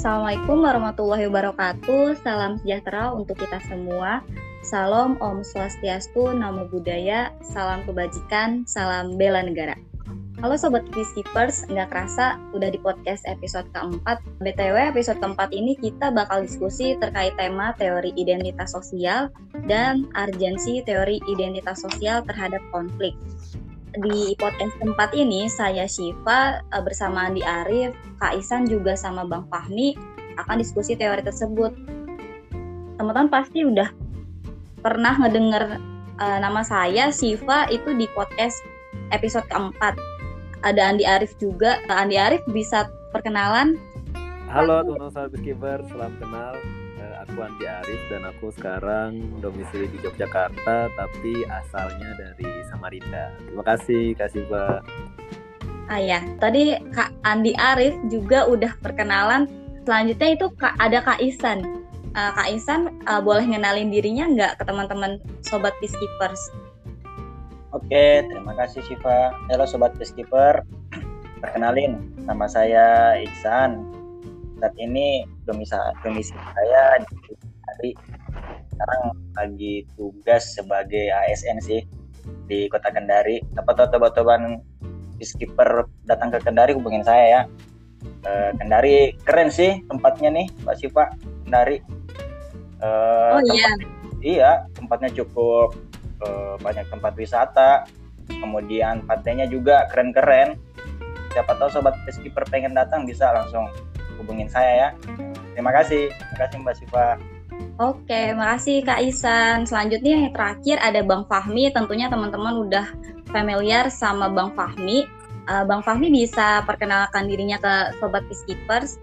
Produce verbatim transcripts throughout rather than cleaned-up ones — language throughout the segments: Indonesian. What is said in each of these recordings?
Assalamualaikum warahmatullahi wabarakatuh. Salam sejahtera untuk kita semua. Salam Om Swastiastu, Namo Buddhaya, salam kebajikan, salam bela negara. Halo Sobat Peacekeepers, nggak kerasa udah di podcast episode keempat. B T W episode keempat ini kita bakal diskusi terkait tema teori identitas sosial dan urgensi teori identitas sosial terhadap konflik. Di podcast keempat ini saya Syifa bersama Andi Arif, Kak Isan juga sama Bang Fahmi akan diskusi teori tersebut. Teman-teman pasti udah pernah ngedenger uh, nama saya Syifa itu di podcast episode keempat. Ada Andi Arif juga. Andi Arif bisa perkenalan? Halo teman-teman Sobat Peacekeeper, salam kenal. Aku Andi Arif dan aku sekarang domisili di Yogyakarta tapi asalnya dari Samarinda. Terima kasih, kasih Pak. Ah ya, tadi Kak Andi Arif juga udah perkenalan. Selanjutnya itu Kak, ada Kak Isan. Uh, Kak Isan uh, boleh ngenalin dirinya nggak ke teman-teman Sobat Peacekeepers? Oke, terima kasih Syifa. Halo Sobat Peacekeeper. Perkenalin, nama saya Iksan. Saat ini domisili domisili saya di sekarang lagi tugas sebagai A S N sih di Kota Kendari. Dapat sobat-sobat Peacekeeper datang ke Kendari hubungin saya ya. E, Kendari keren sih tempatnya nih, Mbak Syifa. Kendari. E, oh iya. Tempat, iya, tempatnya cukup e, banyak tempat wisata. Kemudian pantainya juga keren-keren. Siapa tahu sobat Peacekeeper pengen datang bisa langsung hubungin saya ya. Terima kasih. Terima kasih Mbak Syifa. Oke, makasih Kak Isan. Selanjutnya yang terakhir ada Bang Fahmi. Tentunya teman-teman udah familiar sama Bang Fahmi. Uh, Bang Fahmi bisa perkenalkan dirinya ke Sobat Peacekeepers.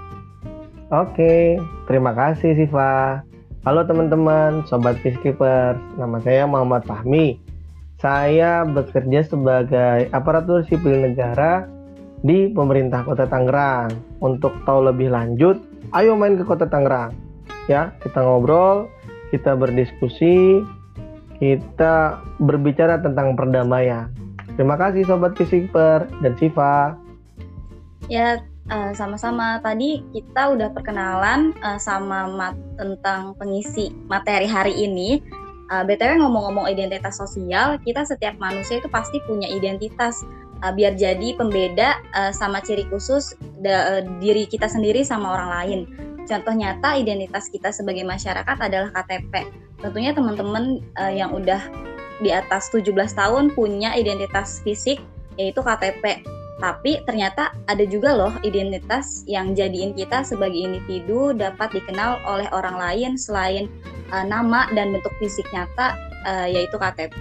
Oke, terima kasih Syifa. Halo teman-teman Sobat Peacekeepers. Nama saya Muhammad Fahmi. Saya bekerja sebagai aparatur sipil negara di pemerintah Kota Tangerang. Untuk tahu lebih lanjut, ayo main ke Kota Tangerang. Ya, kita ngobrol, kita berdiskusi, kita berbicara tentang perdamaian. Terima kasih Sobat Peacekeeper dan Syifa. Ya, uh, sama-sama. Tadi kita udah perkenalan uh, sama mat- tentang pengisi materi hari ini. Uh, B T W ngomong-ngomong identitas sosial, kita setiap manusia itu pasti punya identitas. Uh, biar jadi pembeda uh, sama ciri khusus da, uh, diri kita sendiri sama orang lain. Contoh nyata identitas kita sebagai masyarakat adalah K T P. Tentunya teman-teman uh, yang udah di atas tujuh belas tahun punya identitas fisik yaitu K T P. Tapi ternyata ada juga loh identitas yang jadiin kita sebagai individu dapat dikenal oleh orang lain selain uh, nama dan bentuk fisik nyata uh, yaitu K T P.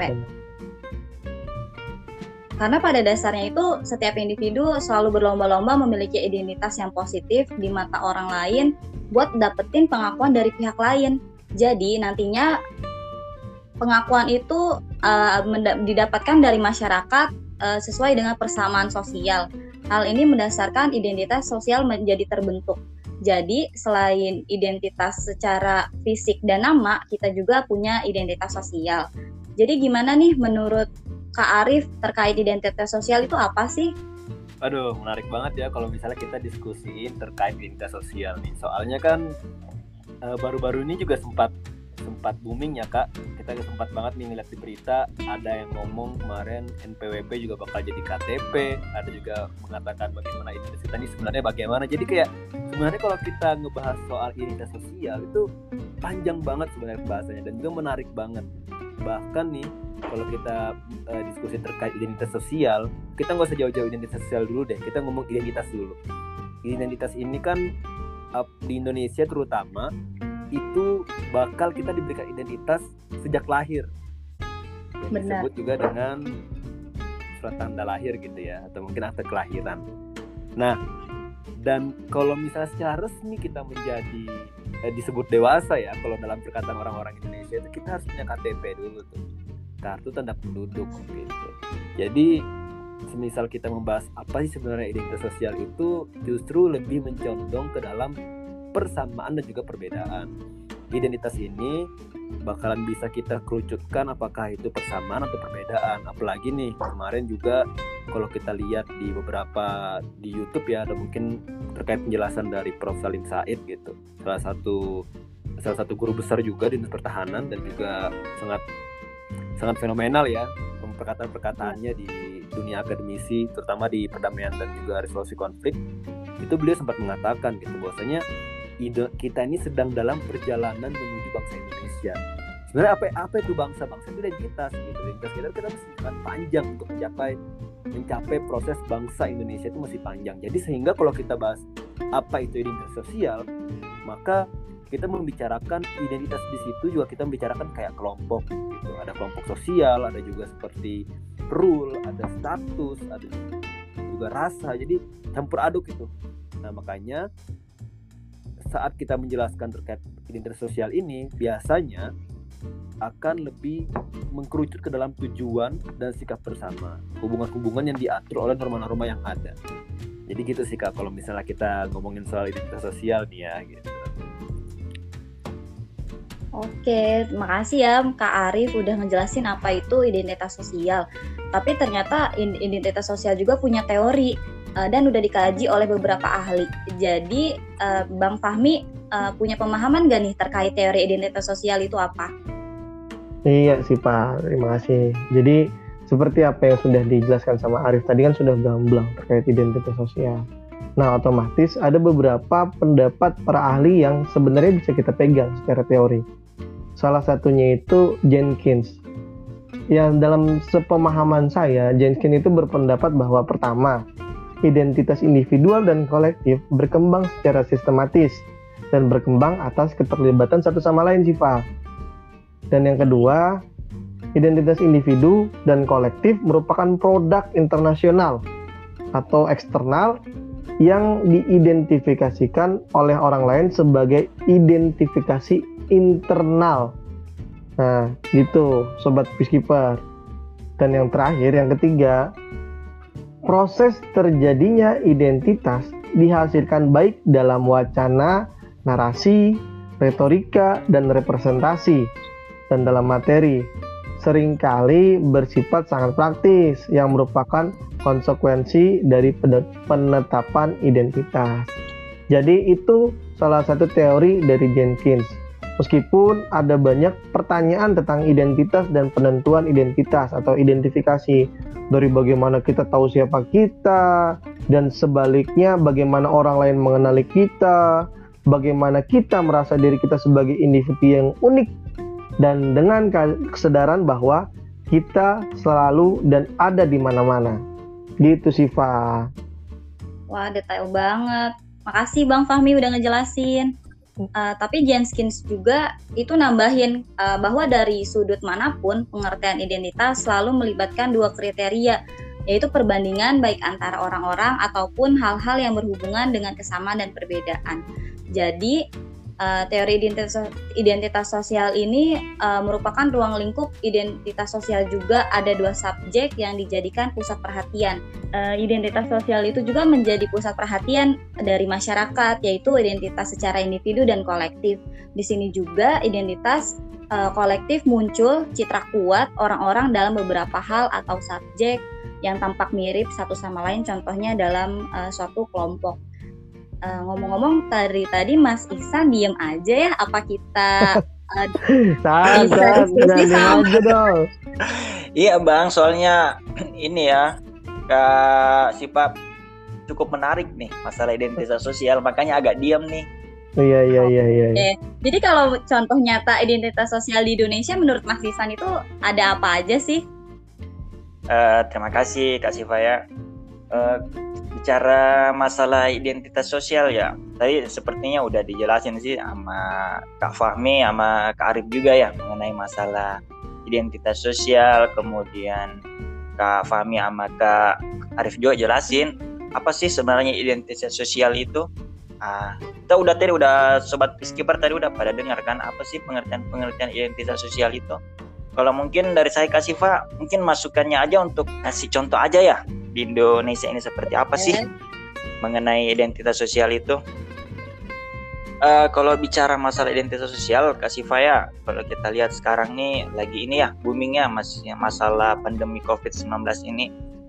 Karena pada dasarnya itu setiap individu selalu berlomba-lomba memiliki identitas yang positif di mata orang lain buat dapetin pengakuan dari pihak lain. Jadi nantinya pengakuan itu uh, menda- didapatkan dari masyarakat uh, sesuai dengan persamaan sosial. Hal ini mendasarkan identitas sosial menjadi terbentuk. Jadi selain identitas secara fisik dan nama, kita juga punya identitas sosial. Jadi gimana nih menurut Kak Arif terkait identitas sosial itu apa sih? Aduh, menarik banget ya kalau misalnya kita diskusiin terkait identitas sosial nih. Soalnya kan e, baru-baru ini juga sempat sempat booming ya Kak. Kita sempat banget nih ngeliat di berita ada yang ngomong kemarin N P W P juga bakal jadi K T P. Ada juga mengatakan bagaimana identitas kita ini sebenarnya bagaimana. Jadi kayak sebenarnya kalau kita ngebahas soal identitas sosial itu panjang banget sebenarnya bahasanya dan juga menarik banget. Bahkan nih kalau kita uh, diskusi terkait identitas sosial, kita nggak usah jauh-jauh identitas sosial dulu deh. Kita ngomong identitas dulu. Identitas ini kan uh, di Indonesia terutama itu bakal kita diberikan identitas sejak lahir. Yang disebut juga dengan surat tanda lahir gitu ya, atau mungkin akte kelahiran. Nah, dan kalau misalnya secara resmi kita menjadi eh, disebut dewasa ya, kalau dalam perkataan orang-orang Indonesia itu kita harus punya K T P dulu tuh. Kartu tanda penduduk gitu. Jadi semisal kita membahas apa sih sebenarnya identitas sosial itu justru lebih mencondong ke dalam persamaan dan juga perbedaan. Identitas ini bakalan bisa kita kerucutkan apakah itu persamaan atau perbedaan. Apalagi nih kemarin juga kalau kita lihat di beberapa di YouTube ya, ada mungkin terkait penjelasan dari Prof Salim Said gitu, salah satu salah satu guru besar juga di pertahanan dan juga sangat sangat fenomenal ya perkataan-perkataannya di dunia akademisi, terutama di perdamaian dan juga resolusi konflik. Itu beliau sempat mengatakan gitu bahwasanya ide kita ini sedang dalam perjalanan menuju bangsa Indonesia. Sebenarnya apa apa itu bangsa? Bangsa itu identitas gitu. Identitas kita kita masih sangat panjang untuk mencapai mencapai proses bangsa Indonesia itu masih panjang. Jadi sehingga kalau kita bahas apa itu identitas sosial, maka kita membicarakan identitas di situ juga kita membicarakan kayak kelompok gitu. Ada kelompok sosial, ada juga seperti rule, ada status, ada juga rasa. Jadi campur aduk itu. Nah, makanya saat kita menjelaskan terkait identitas sosial ini biasanya akan lebih mengkerucut ke dalam tujuan dan sikap bersama, hubungan-hubungan yang diatur oleh norma-norma yang ada. Jadi gitu sih Kak, kalau misalnya kita ngomongin soal identitas sosial nih ya gitu. Oke, terima kasih ya Kak Arif udah ngejelasin apa itu identitas sosial. Tapi ternyata identitas sosial juga punya teori uh, dan udah dikaji oleh beberapa ahli. Jadi uh, Bang Fahmi uh, punya pemahaman gak nih terkait teori identitas sosial itu apa? Iya sih Pak, terima kasih. Jadi seperti apa yang sudah dijelaskan sama Arif tadi kan sudah gamblang terkait identitas sosial. Nah, otomatis ada beberapa pendapat para ahli yang sebenarnya bisa kita pegang secara teori. Salah satunya itu Jenkins. Yang dalam sepemahaman saya, Jenkins itu berpendapat bahwa pertama, identitas individual dan kolektif berkembang secara sistematis dan berkembang atas keterlibatan satu sama lain sih Pak. Dan yang kedua, identitas individu dan kolektif merupakan produk internasional atau eksternal yang diidentifikasikan oleh orang lain sebagai identifikasi internal. Nah, gitu Sobat Peacekeeper. Dan yang terakhir, yang ketiga, proses terjadinya identitas dihasilkan baik dalam wacana, narasi, retorika, dan representasi, dan dalam materi. Seringkali bersifat sangat praktis yang merupakan konsekuensi dari penetapan identitas. Jadi itu salah satu teori dari Jenkins. Meskipun ada banyak pertanyaan tentang identitas dan penentuan identitas atau identifikasi, dari bagaimana kita tahu siapa kita, dan sebaliknya bagaimana orang lain mengenali kita, bagaimana kita merasa diri kita sebagai individu yang unik, dan dengan kesadaran bahwa kita selalu dan ada di mana-mana. Gitu sih, Pak. Wah, detail banget. Makasih Bang Fahmi udah ngejelasin. Uh, tapi Jenkins juga itu nambahin uh, bahwa dari sudut manapun pengertian identitas selalu melibatkan dua kriteria, yaitu perbandingan baik antara orang-orang ataupun hal-hal yang berhubungan dengan kesamaan dan perbedaan. Jadi uh, teori identitas, identitas sosial ini uh, merupakan ruang lingkup identitas sosial, juga ada dua subjek yang dijadikan pusat perhatian. Uh, identitas sosial itu juga menjadi pusat perhatian dari masyarakat, yaitu identitas secara individu dan kolektif. Di sini juga identitas uh, kolektif muncul citra kuat orang-orang dalam beberapa hal atau subjek yang tampak mirip satu sama lain, contohnya dalam uh, suatu kelompok. Uh, ngomong-ngomong dari tadi Mas Ihsan diem aja ya, apa kita uh, bisa diskusi sama? dong. Iya Bang, soalnya ini ya Kak Sipa cukup menarik nih masalah identitas sosial, makanya agak diam nih. Iya iya iya iya. Oke. Jadi kalau contoh nyata identitas sosial di Indonesia menurut Mas Ihsan itu ada apa aja sih? Uh, terima kasih Kak Siva ya. Uh, bicara masalah identitas sosial ya, tadi sepertinya udah dijelasin sih sama Kak Fahmi sama Kak Arif juga ya mengenai masalah identitas sosial. Kemudian Kak Fahmi sama Kak Arif juga jelasin apa sih sebenarnya identitas sosial itu. Ah, kita udah tadi udah Sobat Peacekeeper tadi udah pada dengar kan apa sih pengertian-pengertian identitas sosial itu. Kalau mungkin dari saya Kak Siva, mungkin masukannya aja untuk kasih contoh aja ya di Indonesia ini seperti apa sih mengenai identitas sosial itu. Uh, kalau bicara masalah identitas sosial Kak Siva ya, kalau kita lihat sekarang nih lagi ini ya boomingnya mas, masalah pandemi covid sembilan belas ini,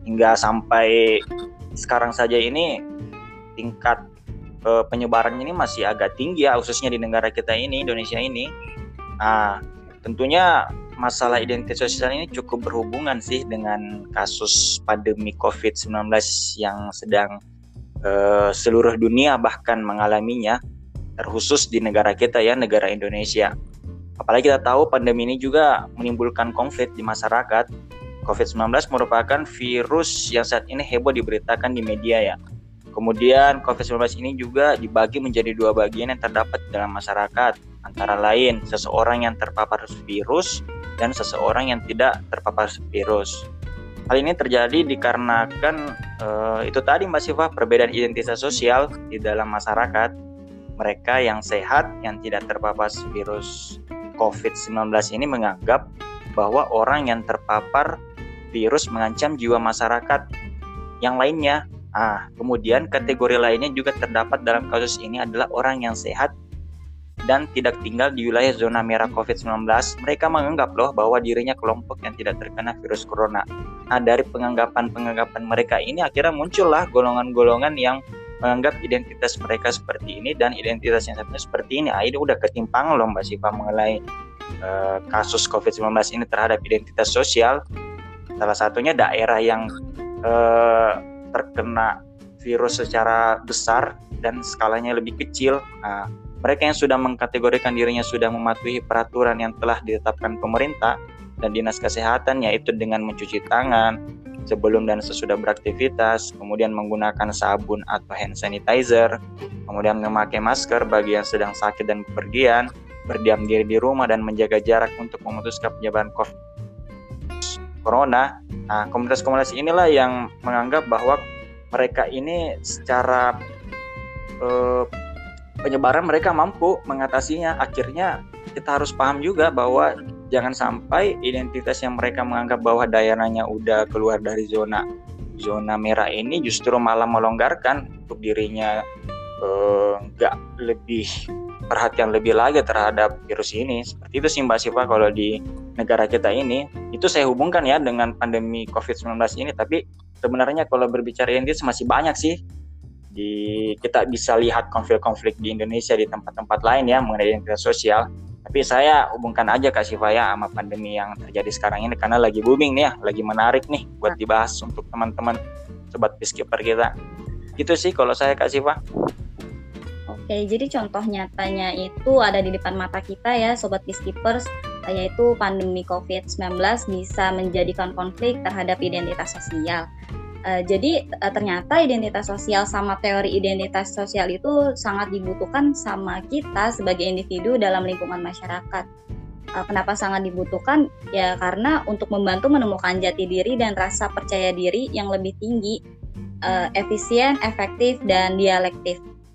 hingga sampai sekarang saja ini tingkat uh, penyebarannya ini masih agak tinggi ya, khususnya di negara kita ini, Indonesia ini. Nah, tentunya masalah identitas sosial ini cukup berhubungan sih dengan kasus pandemi covid sembilan belas yang sedang uh, seluruh dunia bahkan mengalaminya, terkhusus di negara kita ya, negara Indonesia. Apalagi kita tahu pandemi ini juga menimbulkan konflik di masyarakat. covid sembilan belas merupakan virus yang saat ini heboh diberitakan di media ya. Kemudian covid sembilan belas ini juga dibagi menjadi dua bagian yang terdapat dalam masyarakat, antara lain seseorang yang terpapar virus dan seseorang yang tidak terpapar virus. Hal ini terjadi dikarenakan uh, itu tadi Mbak Siva, perbedaan identitas sosial di dalam masyarakat. Mereka yang sehat, yang tidak terpapar virus covid sembilan belas ini menganggap bahwa orang yang terpapar virus mengancam jiwa masyarakat yang lainnya. Ah, kemudian kategori lainnya juga terdapat dalam kasus ini adalah orang yang sehat dan tidak tinggal di wilayah zona merah covid sembilan belas. Mereka menganggap loh bahwa dirinya kelompok yang tidak terkena virus corona. Nah, dari penganggapan-penganggapan mereka ini akhirnya muncullah golongan-golongan yang menganggap identitas mereka seperti ini dan identitas yang satunya seperti ini. Ah, ini udah ketimpangan loh Mbak Siva mengenai uh, kasus covid sembilan belas ini terhadap identitas sosial. Salah satunya daerah yang uh, terkena virus secara besar dan skalanya lebih kecil. Nah, mereka yang sudah mengkategorikan dirinya sudah mematuhi peraturan yang telah ditetapkan pemerintah dan dinas kesehatan, yaitu dengan mencuci tangan sebelum dan sesudah beraktivitas, kemudian menggunakan sabun atau hand sanitizer, kemudian memakai masker bagi yang sedang sakit dan bepergian, berdiam diri di rumah dan menjaga jarak untuk memutuskan penyebaran covid corona. Nah, komunitas-komunitas inilah yang menganggap bahwa mereka ini secara eh, penyebaran mereka mampu mengatasinya. Akhirnya kita harus paham juga bahwa jangan sampai identitas yang mereka menganggap bahwa daerahnya udah keluar dari zona zona merah ini justru malah melonggarkan untuk dirinya, nggak eh, lebih perhatian lebih lagi terhadap virus ini. Seperti itu sih Mbak Siva kalau di negara kita ini. Itu saya hubungkan ya dengan pandemi covid sembilan belas ini. Tapi sebenarnya kalau berbicara identitas masih banyak sih. Di, kita bisa lihat konflik-konflik di Indonesia di tempat-tempat lain ya mengenai identitas sosial. Tapi saya hubungkan aja Kak Siva ya sama pandemi yang terjadi sekarang ini karena lagi booming nih ya, lagi menarik nih buat dibahas untuk teman-teman sobat Peacekeeper kita. Itu sih kalau saya Kak Siva. Oke, jadi contoh nyatanya itu ada di depan mata kita ya Sobat Peacekeepers, yaitu pandemi covid sembilan belas bisa menjadikan konflik terhadap identitas sosial. Uh, jadi uh, ternyata identitas sosial sama teori identitas sosial itu sangat dibutuhkan sama kita sebagai individu dalam lingkungan masyarakat. Uh, kenapa sangat dibutuhkan? Ya karena untuk membantu menemukan jati diri dan rasa percaya diri yang lebih tinggi, uh, efisien, efektif, dan dialektif.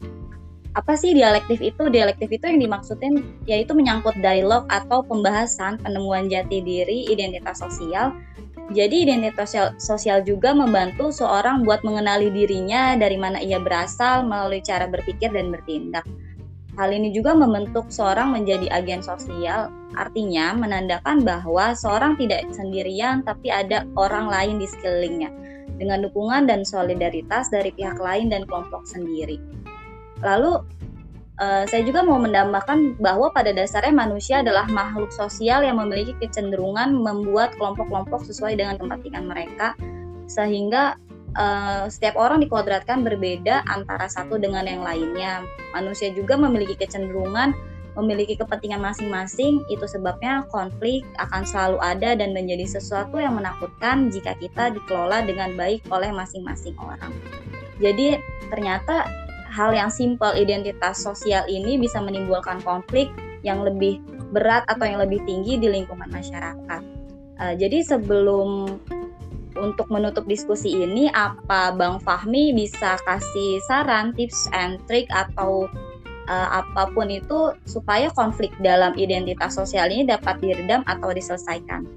Apa sih dialektif itu? Dialektif itu yang dimaksudin yaitu menyangkut dialog atau pembahasan penemuan jati diri identitas sosial. Jadi identitas sosial juga membantu seorang buat mengenali dirinya, dari mana ia berasal melalui cara berpikir dan bertindak. Hal ini juga membentuk seorang menjadi agen sosial, artinya menandakan bahwa seorang tidak sendirian tapi ada orang lain di sekelilingnya dengan dukungan dan solidaritas dari pihak lain dan kelompok sendiri. Lalu uh, saya juga mau menambahkan bahwa pada dasarnya manusia adalah makhluk sosial yang memiliki kecenderungan membuat kelompok-kelompok sesuai dengan tempat tinggal mereka, sehingga uh, setiap orang dikodratkan berbeda antara satu dengan yang lainnya. Manusia juga memiliki kecenderungan memiliki kepentingan masing-masing, itu sebabnya konflik akan selalu ada dan menjadi sesuatu yang menakutkan jika kita dikelola dengan baik oleh masing-masing orang. Jadi ternyata hal yang simpel identitas sosial ini bisa menimbulkan konflik yang lebih berat atau yang lebih tinggi di lingkungan masyarakat. Uh, jadi sebelum untuk menutup diskusi ini, apa Bang Fahmi bisa kasih saran, tips and trick atau uh, apapun itu supaya konflik dalam identitas sosial ini dapat diredam atau diselesaikan?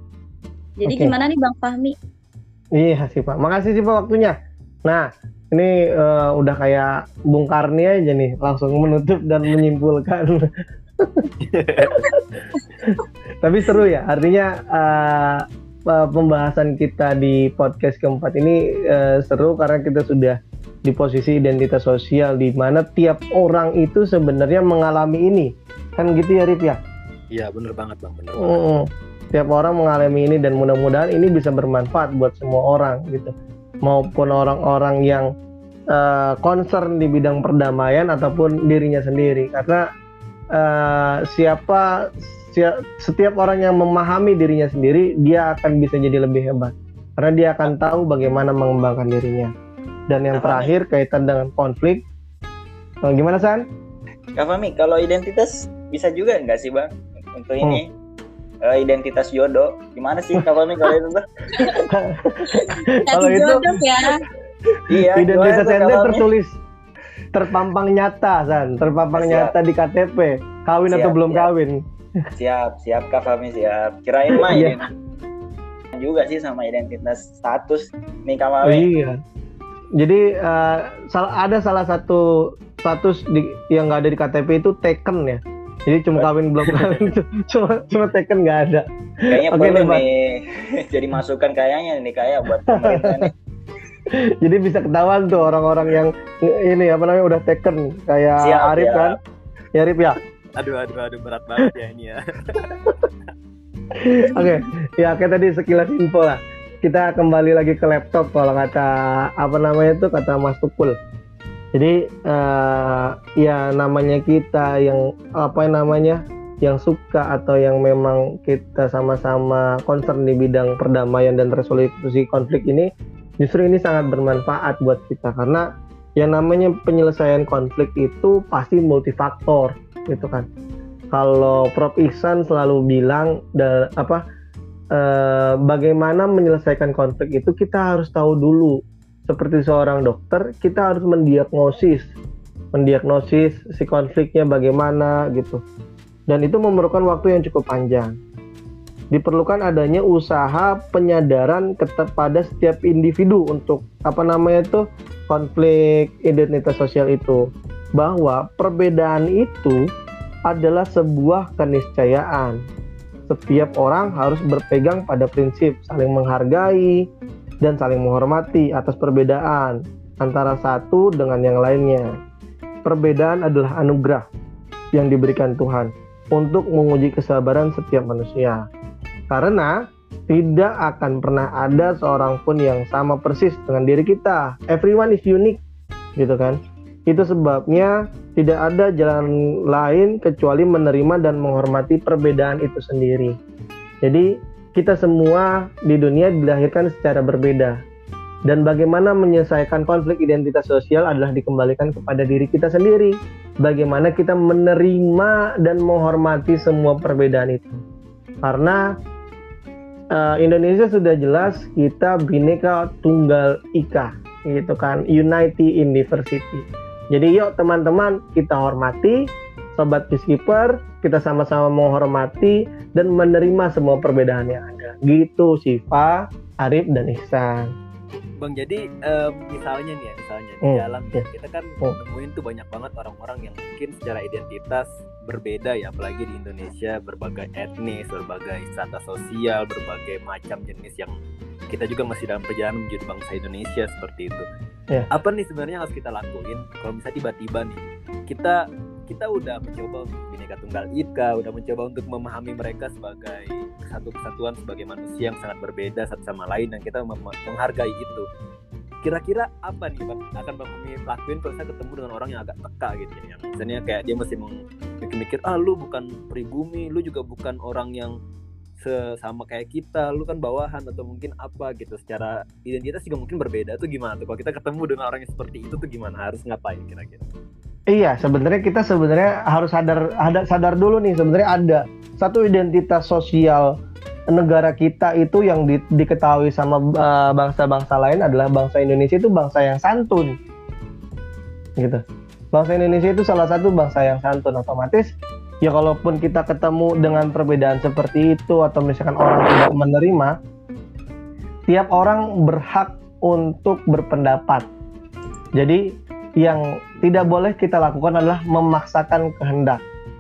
Jadi okay. Gimana nih Bang Fahmi? Iya sih Pak, makasih sih Pak waktunya. Nah, ini uh, udah kayak Bung Karni aja nih, langsung menutup dan menyimpulkan. Tapi seru ya, artinya uh, uh, pembahasan kita di podcast keempat ini uh, seru karena kita sudah di posisi identitas sosial di mana tiap orang itu sebenarnya mengalami ini. Kan gitu ya Rif ya? Iya bener banget Bang, bener Mm, banget. tiap orang mengalami ini dan mudah-mudahan ini bisa bermanfaat buat semua orang gitu. Maupun orang-orang yang uh, concern di bidang perdamaian ataupun dirinya sendiri. Karena uh, siapa si- setiap orang yang memahami dirinya sendiri, dia akan bisa jadi lebih hebat. Karena dia akan tahu bagaimana mengembangkan dirinya. Dan yang terakhir kaitan dengan konflik. Oh, gimana San? Kak Fahmi, kalau identitas bisa juga nggak sih Bang? Untuk ini uh, identitas jodoh. Gimana sih Kak Fahmi kalau itu tuh? Kalau Kasih itu jodoh ya. Iya, identitas gimana tuh, Kak Anda Fahmi? tertulis terpampang nyata San, terpampang Siap. nyata di K T P. Kawin Siap, atau belum siap. kawin? Siap, siap Kak Fahmi, siap. Kirain mah Iya. identitas juga sih sama identitas status nih Kak Oh, Fahmi. iya. Jadi uh, sal- ada salah satu status di, yang nggak ada di K T P itu taken ya. Jadi cuma kawin belum kawin, cuma cuma taken nggak ada. Kayaknya Oke, perlu Bang. nih jadi masukan kayaknya nih kayak buat pemerintah nih. Jadi bisa ketahuan tuh orang-orang yang ini apa namanya udah taken kayak Siap, Arif siap. kan? Ya Arif ya. Aduh aduh aduh berat banget ya ini ya. Oke, ya kayak tadi sekilas info lah. Kita kembali lagi ke laptop kalau kata apa namanya itu kata Mas Tukul. Jadi eh, ya namanya kita yang apa namanya yang suka atau yang memang kita sama-sama concern di bidang perdamaian dan resolusi konflik ini, justru ini sangat bermanfaat buat kita karena yang namanya penyelesaian konflik itu pasti multifaktor gitu kan. Kalau Prof Ihsan selalu bilang da, apa eh, bagaimana menyelesaikan konflik itu kita harus tahu dulu. Seperti seorang dokter, kita harus mendiagnosis, mendiagnosis si konfliknya bagaimana gitu. Dan itu memerlukan waktu yang cukup panjang. Diperlukan adanya usaha penyadaran kepada setiap individu untuk apa namanya itu konflik identitas sosial itu, bahwa perbedaan itu adalah sebuah keniscayaan. Setiap orang harus berpegang pada prinsip saling menghargai dan saling menghormati atas perbedaan antara satu dengan yang lainnya. Perbedaan adalah anugerah yang diberikan Tuhan untuk menguji kesabaran setiap manusia. Karena tidak akan pernah ada seorang pun yang sama persis dengan diri kita. Everyone is unique, gitu kan? Itu sebabnya tidak ada jalan lain kecuali menerima dan menghormati perbedaan itu sendiri. Jadi kita semua di dunia dilahirkan secara berbeda. Dan bagaimana menyelesaikan konflik identitas sosial adalah dikembalikan kepada diri kita sendiri. Bagaimana kita menerima dan menghormati semua perbedaan itu. Karena uh, Indonesia sudah jelas kita Bhinneka Tunggal Ika, gitu kan, Unity in Diversity. Jadi yuk teman-teman kita hormati, Sobat Peacekeeper, kita sama-sama menghormati dan menerima semua perbedaan yang ada. Gitu Siva, Arif, dan Ihsan. Bang, jadi em, misalnya nih ya, misalnya di Hmm, jalan iya. kita kan Hmm. nemuin tuh banyak banget orang-orang yang mungkin secara identitas berbeda ya, apalagi di Indonesia, berbagai etnis, berbagai strata sosial, berbagai macam jenis yang kita juga masih dalam perjalanan menuju bangsa Indonesia seperti itu. Iya. Apa nih sebenarnya yang harus kita lakuin kalau misalnya tiba-tiba nih kita kita udah mencoba untuk Bhinneka Tunggal Ika, udah mencoba untuk memahami mereka sebagai satu kesatuan, sebagai manusia yang sangat berbeda satu sama lain, dan kita mem- menghargai itu. Kira-kira apa nih Bang akan Bang Umi lakuin kalau saya ketemu dengan orang yang agak teka gitu ya, yang misalnya kayak dia masih mikir-mikir, ah lu bukan pribumi, lu juga bukan orang yang sama kayak kita, lu kan bawahan atau mungkin apa gitu, secara identitas juga mungkin berbeda tuh gimana tuh kalau kita ketemu dengan orang yang seperti itu tuh gimana, harus ngapain kira-kira? Iya, sebenarnya kita sebenarnya harus sadar ada sadar dulu nih, sebenarnya ada satu identitas sosial negara kita itu yang di, diketahui sama uh, bangsa-bangsa lain adalah bangsa Indonesia itu bangsa yang santun. Gitu. Bangsa Indonesia itu salah satu bangsa yang santun, otomatis ya kalaupun kita ketemu dengan perbedaan seperti itu atau misalkan orang tidak menerima, tiap orang berhak untuk berpendapat. Jadi yang tidak boleh kita lakukan adalah memaksakan kehendak.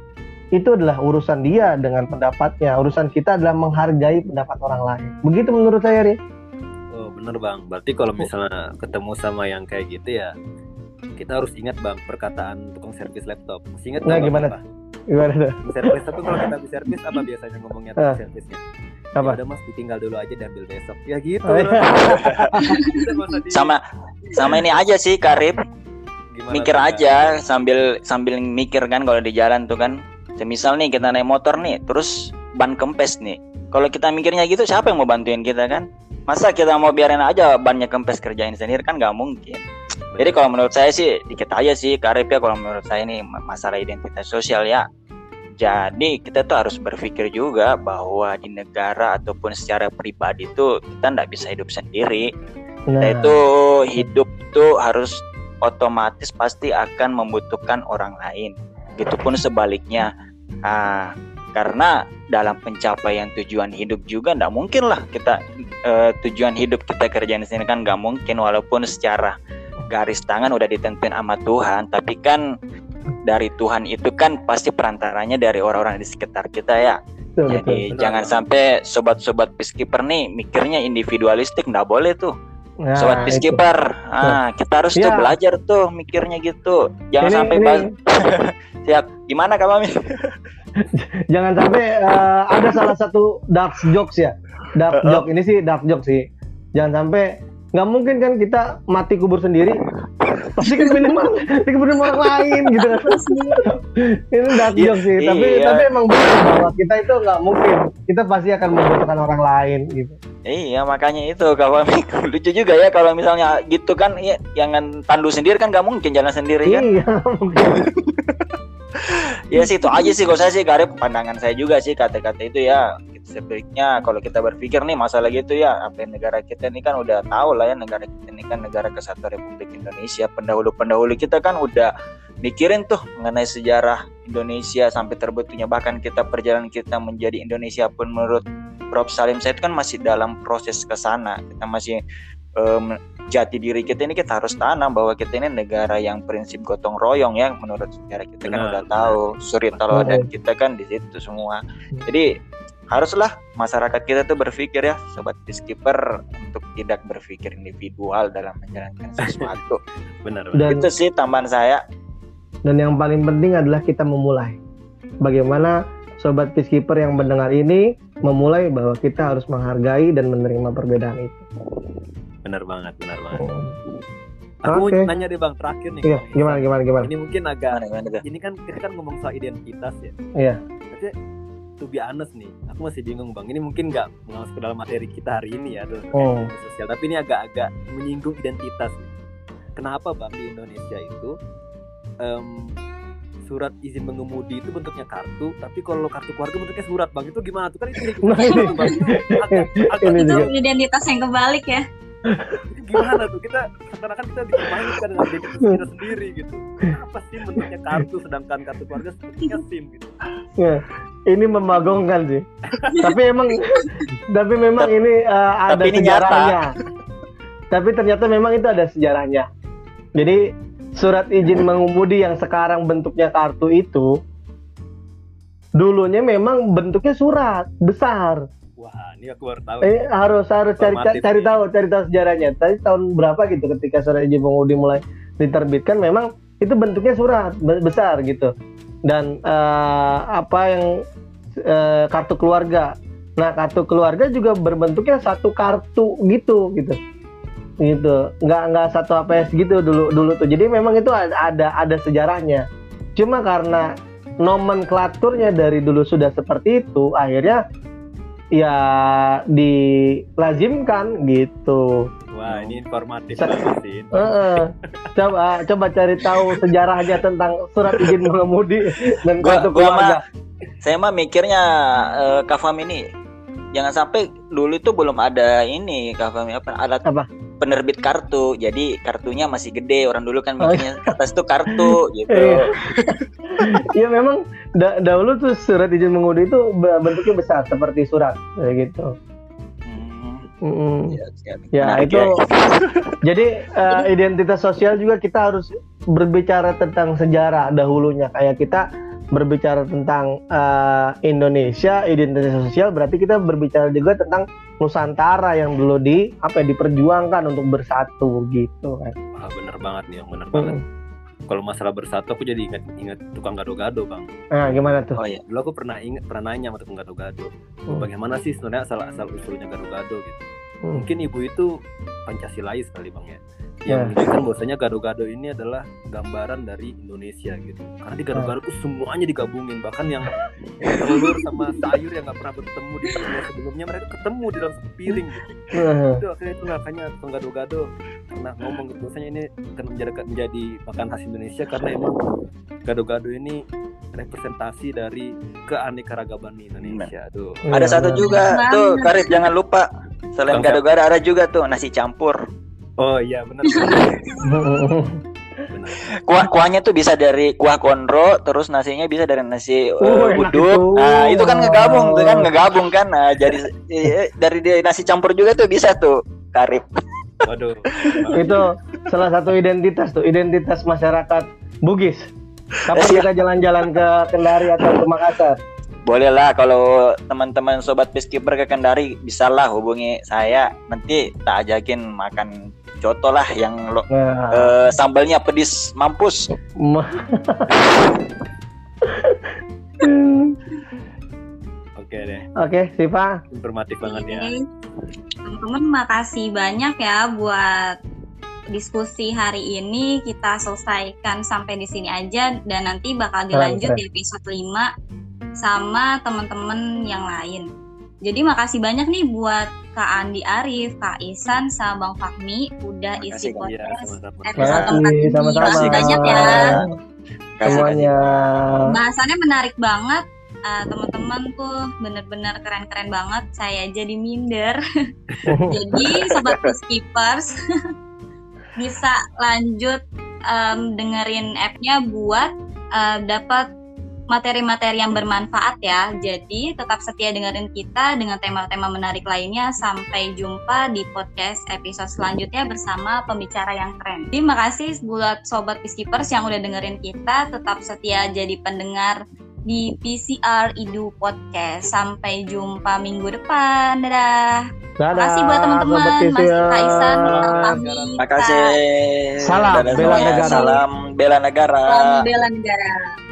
itu adalah urusan dia dengan pendapatnya. Urusan kita adalah menghargai pendapat orang lain. Begitu menurut saya, Ri. Oh bener Bang, berarti kalau misalnya ketemu sama yang kayak gitu ya, kita harus ingat Bang perkataan tukang servis laptop. Masih ingat Nah, Bang, gimana? apa? Gimana tuh? Tukang servis itu kalau kita habis servis apa biasanya ngomongnya tukang Ah. servisnya? Apa? Ya udah Mas, ditinggal dulu aja dan ambil besok. Ya gitu. Oh, iya. Kita nggak usah di- Sama sama ini aja sih Karib, Gimana mikir tuh, Kak? aja sambil sambil mikir kan kalau di jalan tuh kan. Semisal nih kita naik motor nih, terus ban kempes nih. Kalau kita mikirnya gitu, siapa yang mau bantuin kita kan? Masa kita mau biarin aja bannya kempes kerjain sendiri kan nggak mungkin. Jadi kalau menurut saya sih dikit aja sih Karib ya, kalau menurut saya nih masalah identitas sosial ya. Jadi kita tuh harus berpikir juga bahwa di negara ataupun secara pribadi itu kita nggak bisa hidup sendiri. Kita Nah, itu hidup itu harus otomatis pasti akan membutuhkan orang lain. Begitupun sebaliknya. Ah, karena dalam pencapaian tujuan hidup juga nggak mungkin lah kita eh, tujuan hidup kita kerjain sendiri kan nggak mungkin, walaupun secara garis tangan udah ditentuin sama Tuhan, tapi kan dari Tuhan itu kan pasti perantaranya dari orang-orang di sekitar kita ya. betul, Jadi betul. betul. jangan sampai sobat-sobat peacekeeper nih mikirnya individualistik, nggak boleh tuh. Nah, Sobat itu. peacekeeper, ah, kita harus tuh Ya. belajar tuh mikirnya gitu. Jangan Ini- sampai ini- bal- siap. Gimana Kak Mami? Jangan sampai eh, ada salah satu dark jokes ya. Dark Uh-uh. joke ini sih dark joke sih. Jangan sampai, nggak mungkin kan kita mati kubur sendiri. Pasti kan minimal dikuburin orang lain gitu. Ini dark Iya, joke sih. Tapi iya. tapi emang benar bahwa kita itu nggak mungkin. Kita pasti akan membutuhkan orang lain gitu. Iya makanya itu Kak Mami. Lucu juga ya kalau misalnya gitu kan, ya, jangan tandu sendiri kan nggak mungkin jalan sendiri kan. Iya, mungkin. Ya sih itu aja sih kalau saya sih Karib, pandangan saya juga sih kata-kata itu ya. Sebaiknya kalau kita berpikir nih masalah gitu ya, apa yang negara kita ini kan udah tahu lah ya, negara kita ini kan negara kesatuan Republik Indonesia. Pendahulu-pendahulu kita kan udah mikirin tuh mengenai sejarah Indonesia sampai terbentuknya, bahkan kita perjalanan kita menjadi Indonesia pun menurut Prof Salim Said kan masih dalam proses ke sana. Kita masih um, jati diri kita ini kita harus tanam bahwa kita ini negara yang prinsip gotong royong ya, menurut sejarah kita kan Benar, udah tahu suri teladan kita kan di situ semua. Jadi haruslah masyarakat kita tuh berpikir ya sobat peacekeeper untuk tidak berpikir individual dalam menjalankan sesuatu. Benar, benar. Dan Itu sih tambahan saya. dan yang paling penting adalah kita memulai. Bagaimana sobat peacekeeper yang mendengar ini memulai bahwa kita harus menghargai dan menerima perbedaan itu. Benar banget, benar banget. Oh. Aku Oke. mau nanya deh Bang, terakhir nih. Iya, Bang. gimana gimana gimana? Ini mungkin agak Gimana gimana tuh? ini kan kita kan ngomong soal identitas ya. Iya. Berarti to be honest nih, aku masih bingung Bang. Ini mungkin nggak masuk ke dalam materi kita hari ini ya, tuh, Oh. sosial. Tapi ini agak-agak menyinggung identitas nih. Kenapa Bang di Indonesia itu em, surat izin mengemudi itu bentuknya kartu, tapi kalau kartu keluarga bentuknya surat Bang, itu gimana tuh kan itu Nah, ini- Bang. Agak, agak, ini Itu juga. identitas yang kebalik ya. itu gimana tuh, kita seakan-akan kita dipermainkan dengan identitas kita sendiri gitu. Kenapa sih bentuknya kartu sedangkan kartu keluarga bentuknya SIM gitu. Ya, ini memagongkan sih. tapi emang tapi memang ini uh, ada Tapi ini sejarahnya. Tapi ternyata memang itu ada sejarahnya. Jadi surat izin mengemudi yang sekarang bentuknya kartu itu dulunya memang bentuknya surat besar. Wah, ini aku baru tahu. Eh, harus harus cari Informatif cari nih. tahu cari tahu sejarahnya. Tadi tahun berapa gitu ketika surat izin mengemudi mulai diterbitkan, memang itu bentuknya surat be- besar gitu. Dan eh, apa yang eh, kartu keluarga. Nah, kartu keluarga juga berbentuknya satu kartu gitu gitu. Gitu. Nggak nggak satu H P S gitu dulu dulu tuh. Jadi memang itu ada ada, ada sejarahnya. Cuma karena nomenklaturnya dari dulu sudah seperti itu, akhirnya ya dilazimkan gitu. Wah, ini informatif Sa- banget sih. Heeh. Coba coba cari tahu sejarahnya tentang surat izin mengemudi dan Gua- kartu gua keluarga. Saya mah mikirnya eh, Kak Fahmi ini jangan sampai dulu itu belum ada ini Kak Fahmi apa alat Apa? penerbit kartu. Jadi kartunya masih gede. Orang dulu kan Oh, mikirnya kertas itu kartu gitu. Iya. Iya memang da- dahulu tuh surat izin mengemudi itu be- bentuknya besar seperti surat kayak gitu. Hmm, Mm-mm. ya, siap. Ya Menarik itu. Jadi eh, identitas sosial juga kita harus berbicara tentang sejarah dahulunya. Kayak kita berbicara tentang uh, Indonesia, identitas sosial, berarti kita berbicara juga tentang Nusantara yang dulu di apa ya, diperjuangkan untuk bersatu gitu kan. Ah, bener banget nih, yang bener Hmm. banget. Kalau masalah bersatu aku jadi ingat ingat tukang gado-gado, Bang. Nah, gimana tuh? Oh iya. Dulu aku pernah ingat pernah nanya sama tukang gado-gado, Hmm. bagaimana sih sebenarnya asal asal usulnya gado-gado gitu. Hmm. Mungkin ibu itu Pancasilais kali, Bang ya. Ya. Yang menunjukkan bahwasanya gado-gado ini adalah gambaran dari Indonesia gitu. Karena di gado-gado tuh semuanya digabungin, bahkan yang telur sama sayur yang nggak pernah bertemu di dunia sebelumnya mereka ketemu di dalam satu piring gitu. Nah, Itu akhirnya itu makanya tukang gado-gado pernah ngomong gitu, bahwasanya ini akan menjadi menjadi makan khas Indonesia karena emang gado-gado ini representasi dari keanekaragaman Indonesia. Tuh. Ada satu juga Banget. tuh, Karib, jangan lupa. Selain Bang, gado-gado ada juga tuh nasi campur. Oh iya benar. benar. Kuah kuahnya tuh bisa dari kuah konro, terus nasinya bisa dari nasi uh, Oh, enak uduk. itu. Nah, itu kan ngegabung, tuh kan ngegabung kan. Nah, jadi eh, dari di- nasi campur juga tuh bisa tuh, Karib. Waduh. itu salah satu identitas tuh, identitas masyarakat Bugis. Kapan Eh, kita jalan-jalan ke Kendari atau ke Makassar? Boleh lah kalau teman-teman sobat Peacekeeper ke Kendari, bisalah hubungi saya. Nanti tak ajakin makan coto lah yang lo, Nah, eh, sambalnya pedis mampus. ma- Oke deh, Oke, Siva. informatif banget ya. Oke. Teman-teman, makasih banyak ya buat diskusi hari ini. Kita selesaikan sampai di sini aja dan nanti bakal dilanjut keren. di episode lima sama teman-teman yang lain. Jadi makasih banyak nih buat Kak Andi Arif, Kak Ihsan, sama Bang Fahmi udah isi Makasih, Kak. Iya, podcast sama-sama. episode Makasih, keempat ini. sama-sama. Makasih banyak ya. Kasih, Semuanya. Bahasannya menarik banget. Uh, teman-teman tuh bener-bener keren-keren banget. Saya jadi minder. Jadi sobat Peacekeepers bisa lanjut um, dengerin app-nya buat uh, dapat materi-materi yang bermanfaat ya. Jadi tetap setia dengerin kita dengan tema-tema menarik lainnya. Sampai jumpa di podcast episode selanjutnya bersama pembicara yang keren. Terima kasih buat sobat Peacekeepers yang udah dengerin kita. Tetap setia jadi pendengar di P C R Idu Podcast. Sampai jumpa minggu depan. Dadah. Dadah, Makasih buat teman-teman. Sobat Masih Kak Ihsan, Kak Salam. Fahmi, Makasih. Salam Dadah bela semuanya. negara. Salam bela negara. Salam bela negara.